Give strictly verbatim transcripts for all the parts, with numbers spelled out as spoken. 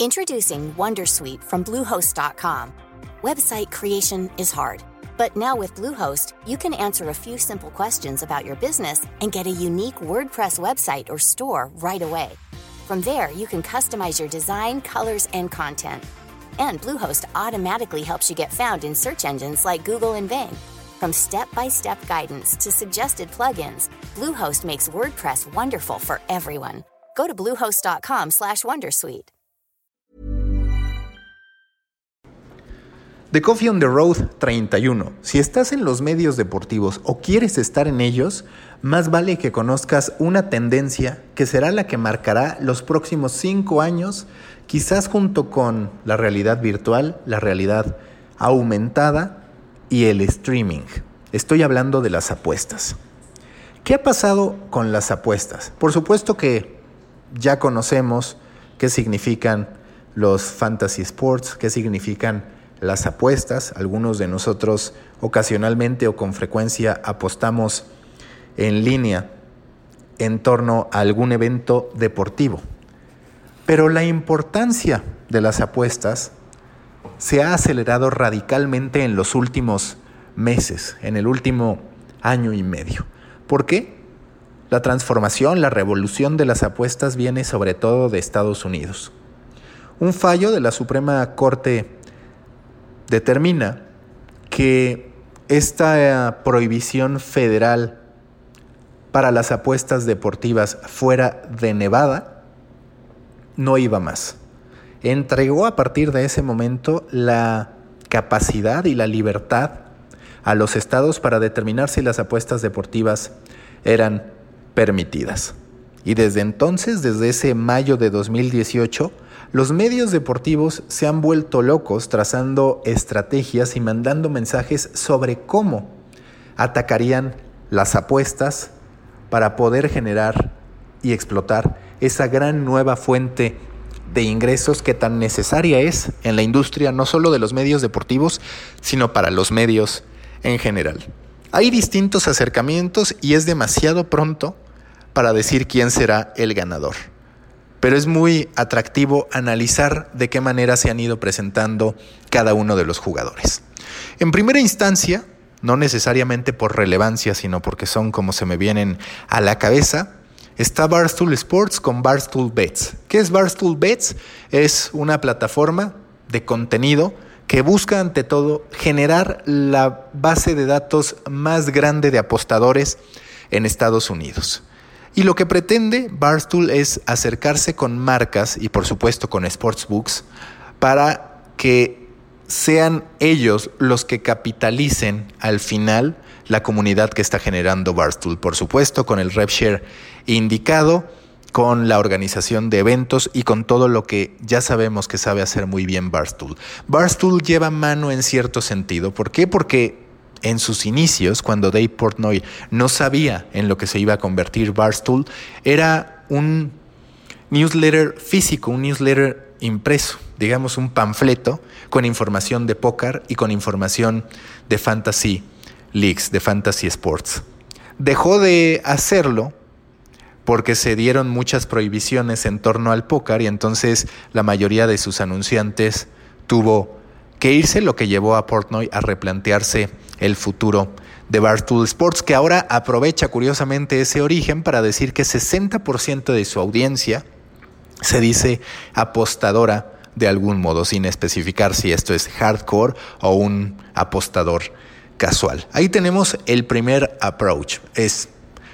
Introducing Wondersuite from Bluehost dot com. Website creation is hard, but now with Bluehost, you can answer a few simple questions about your business and get a unique WordPress website or store right away. From there, you can customize your design, colors, and content. And Bluehost automatically helps you get found in search engines like Google and Bing. From step-by-step guidance to suggested plugins, Bluehost makes WordPress wonderful for everyone. Go to bluehost dot com slash wondersuite. The Coffee on the Road treinta y uno. Si estás en los medios deportivos o quieres estar en ellos, más vale que conozcas una tendencia que será la que marcará los próximos cinco años, quizás junto con la realidad virtual, la realidad aumentada y el streaming. Estoy hablando de las apuestas. ¿Qué ha pasado con las apuestas? Por supuesto que ya conocemos qué significan los fantasy sports, qué significan las apuestas. Algunos de nosotros ocasionalmente o con frecuencia apostamos en línea en torno a algún evento deportivo. Pero la importancia de las apuestas se ha acelerado radicalmente en los últimos meses, en el último año y medio. ¿Por qué? La transformación, la revolución de las apuestas viene sobre todo de Estados Unidos. Un fallo de la Suprema Corte determina que esta prohibición federal para las apuestas deportivas fuera de Nevada no iba más. Entregó a partir de ese momento la capacidad y la libertad a los estados para determinar si las apuestas deportivas eran permitidas. Y desde entonces, desde ese mayo de dos mil dieciocho, los medios deportivos se han vuelto locos trazando estrategias y mandando mensajes sobre cómo atacarían las apuestas para poder generar y explotar esa gran nueva fuente de ingresos que tan necesaria es en la industria no solo de los medios deportivos, sino para los medios en general. Hay distintos acercamientos y es demasiado pronto para decir quién será el ganador. Pero es muy atractivo analizar de qué manera se han ido presentando cada uno de los jugadores. En primera instancia, no necesariamente por relevancia, sino porque son como se me vienen a la cabeza, está Barstool Sports con Barstool Bets. ¿Qué es Barstool Bets? Es una plataforma de contenido que busca ante todo generar la base de datos más grande de apostadores en Estados Unidos. Y lo que pretende Barstool es acercarse con marcas y por supuesto con sportsbooks para que sean ellos los que capitalicen al final la comunidad que está generando Barstool. Por supuesto con el rev share indicado, con la organización de eventos y con todo lo que ya sabemos que sabe hacer muy bien Barstool. Barstool lleva mano en cierto sentido. ¿Por qué? Porque en sus inicios, cuando Dave Portnoy no sabía en lo que se iba a convertir Barstool, era un newsletter físico, un newsletter impreso, digamos un panfleto con información de póker y con información de fantasy leagues, de fantasy sports. Dejó de hacerlo porque se dieron muchas prohibiciones en torno al póker y entonces la mayoría de sus anunciantes tuvo que irse, lo que llevó a Portnoy a replantearse el futuro de Barstool Sports, que ahora aprovecha curiosamente ese origen para decir que sesenta por ciento de su audiencia se dice apostadora de algún modo, sin especificar si esto es hardcore o un apostador casual. Ahí tenemos el primer approach, es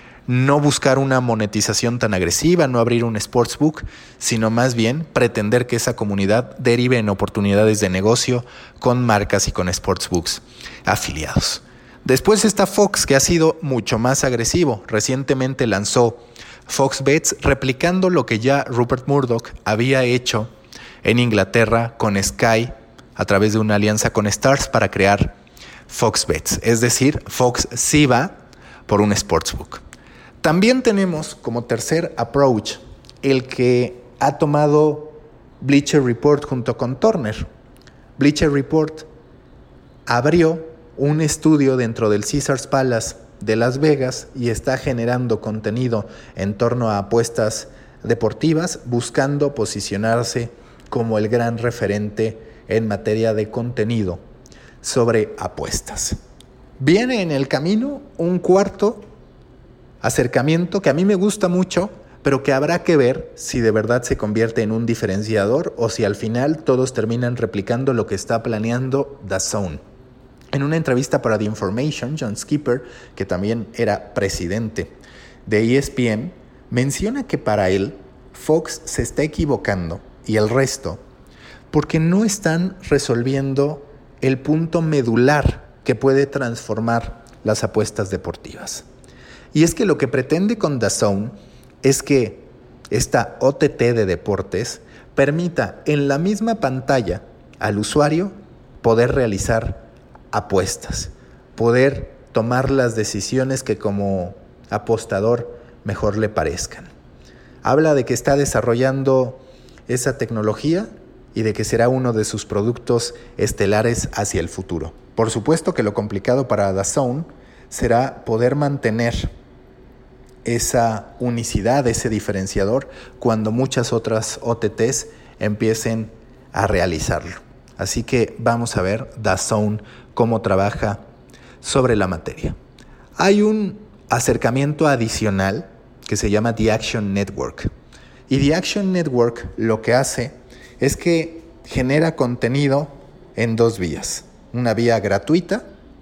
no buscar una monetización tan agresiva, no abrir un sportsbook, sino más bien pretender que esa comunidad derive en oportunidades de negocio con marcas y con sportsbooks afiliados. Después está Fox, que ha sido mucho más agresivo. Recientemente lanzó Fox Bets, replicando lo que ya Rupert Murdoch había hecho en Inglaterra con Sky a través de una alianza con Stars para crear Fox Bets. Es decir, Fox sí va por un sportsbook. También tenemos como tercer approach el que ha tomado Bleacher Report junto con Turner. Bleacher Report abrió un estudio dentro del Caesars Palace de Las Vegas y está generando contenido en torno a apuestas deportivas, buscando posicionarse como el gran referente en materia de contenido sobre apuestas. Viene en el camino un cuarto acercamiento que a mí me gusta mucho, pero que habrá que ver si de verdad se convierte en un diferenciador o si al final todos terminan replicando lo que está planeando DAZN. En una entrevista para The Information, John Skipper, que también era presidente de E S P N, menciona que para él Fox se está equivocando y el resto porque no están resolviendo el punto medular que puede transformar las apuestas deportivas. Y es que lo que pretende con DAZN es que esta O T T de deportes permita en la misma pantalla al usuario poder realizar apuestas, poder tomar las decisiones que como apostador mejor le parezcan. Habla de que está desarrollando esa tecnología y de que será uno de sus productos estelares hacia el futuro. Por supuesto que lo complicado para DAZN será poder mantener esa unicidad, ese diferenciador, cuando muchas otras O T Ts empiecen a realizarlo. Así que vamos a ver DAZN cómo trabaja sobre la materia. Hay un acercamiento adicional que se llama The Action Network. Y The Action Network lo que hace es que genera contenido en dos vías. Una vía gratuita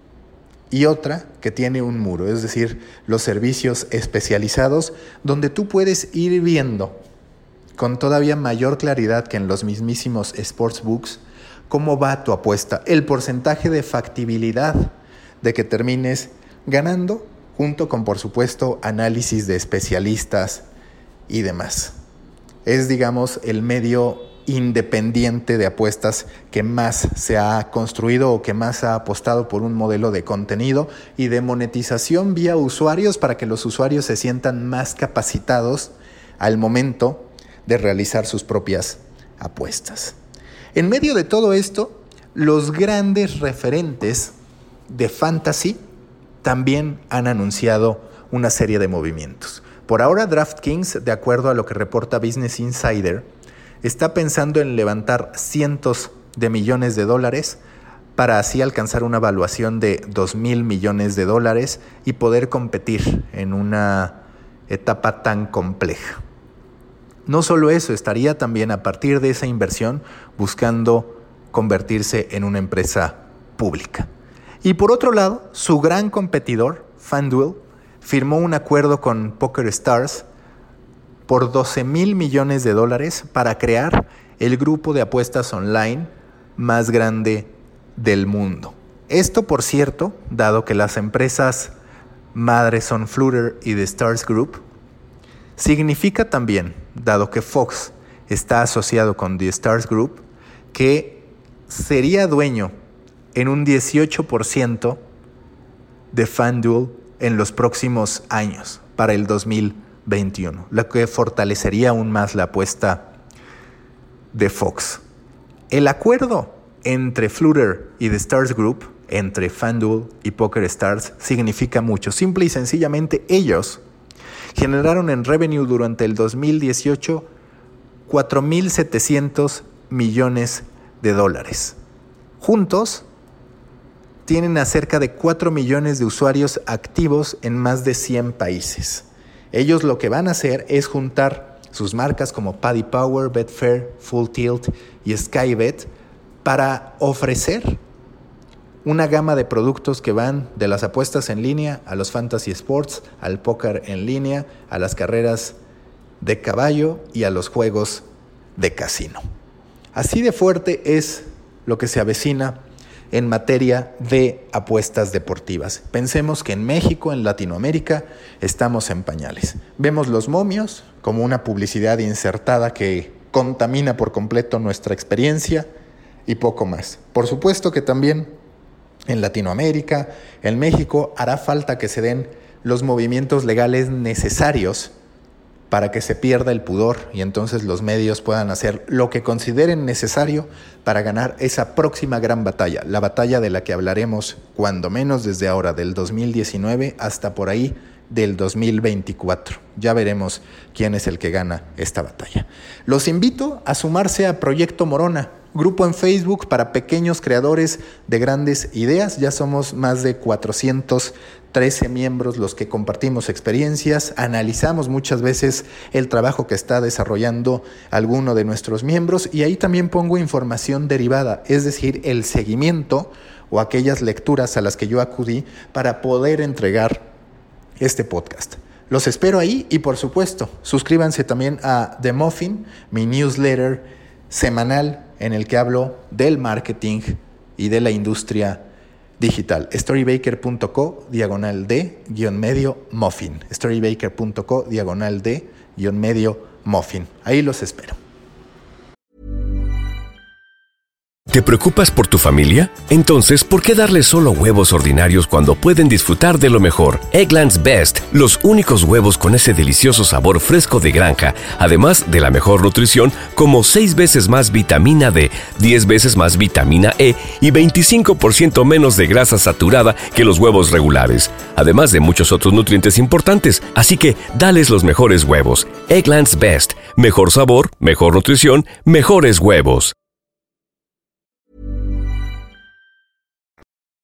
y otra que tiene un muro, es decir, los servicios especializados donde tú puedes ir viendo con todavía mayor claridad que en los mismísimos sportsbooks cómo va tu apuesta, el porcentaje de factibilidad de que termines ganando, junto con, por supuesto, análisis de especialistas y demás. Es, digamos, el medio independiente de apuestas que más se ha construido o que más ha apostado por un modelo de contenido y de monetización vía usuarios para que los usuarios se sientan más capacitados al momento de realizar sus propias apuestas. En medio de todo esto, los grandes referentes de fantasy también han anunciado una serie de movimientos. Por ahora, DraftKings, de acuerdo a lo que reporta Business Insider, está pensando en levantar cientos de millones de dólares para así alcanzar una valuación de dos mil millones de dólares y poder competir en una etapa tan compleja. No solo eso, estaría también a partir de esa inversión buscando convertirse en una empresa pública. Y por otro lado, su gran competidor, FanDuel, firmó un acuerdo con PokerStars por doce mil millones de dólares para crear el grupo de apuestas online más grande del mundo. Esto, por cierto, dado que las empresas madres son Flutter y The Stars Group, significa también, dado que Fox está asociado con The Stars Group, que sería dueño en un dieciocho por ciento de FanDuel en los próximos años, para el dos mil veintiuno, lo que fortalecería aún más la apuesta de Fox. El acuerdo entre Flutter y The Stars Group, entre FanDuel y PokerStars, significa mucho. Simple y sencillamente, ellos generaron en revenue durante el dos mil dieciocho cuatro mil setecientos millones de dólares. Juntos, tienen a cerca de cuatro millones de usuarios activos en más de cien países. Ellos lo que van a hacer es juntar sus marcas como Paddy Power, Betfair, Full Tilt y Skybet para ofrecer una gama de productos que van de las apuestas en línea a los fantasy sports, al póker en línea, a las carreras de caballo y a los juegos de casino. Así de fuerte es lo que se avecina en materia de apuestas deportivas. Pensemos que en México, en Latinoamérica, estamos en pañales. Vemos los momios como una publicidad insertada que contamina por completo nuestra experiencia y poco más. Por supuesto que también en Latinoamérica, en México, hará falta que se den los movimientos legales necesarios para que se pierda el pudor y entonces los medios puedan hacer lo que consideren necesario para ganar esa próxima gran batalla, la batalla de la que hablaremos cuando menos desde ahora, del dos mil diecinueve hasta por ahí del dos mil veinticuatro. Ya veremos quién es el que gana esta batalla. Los invito a sumarse a Proyecto Morona, grupo en Facebook para pequeños creadores de grandes ideas. Ya somos más de cuatrocientos trece miembros los que compartimos experiencias, analizamos muchas veces el trabajo que está desarrollando alguno de nuestros miembros y ahí también pongo información derivada, es decir, el seguimiento o aquellas lecturas a las que yo acudí para poder entregar este podcast. Los espero ahí y por supuesto, suscríbanse también a The Muffin, mi newsletter semanal en el que hablo del marketing y de la industria digital. Storybaker.co diagonal de guión medio muffin. Storybaker.co diagonal de guión medio muffin. Ahí los espero. ¿Te preocupas por tu familia? Entonces, ¿por qué darles solo huevos ordinarios cuando pueden disfrutar de lo mejor? Eggland's Best, los únicos huevos con ese delicioso sabor fresco de granja, además de la mejor nutrición, como seis veces más vitamina D, diez veces más vitamina E y veinticinco por ciento menos de grasa saturada que los huevos regulares, además de muchos otros nutrientes importantes. Así que, dales los mejores huevos. Eggland's Best, mejor sabor, mejor nutrición, mejores huevos.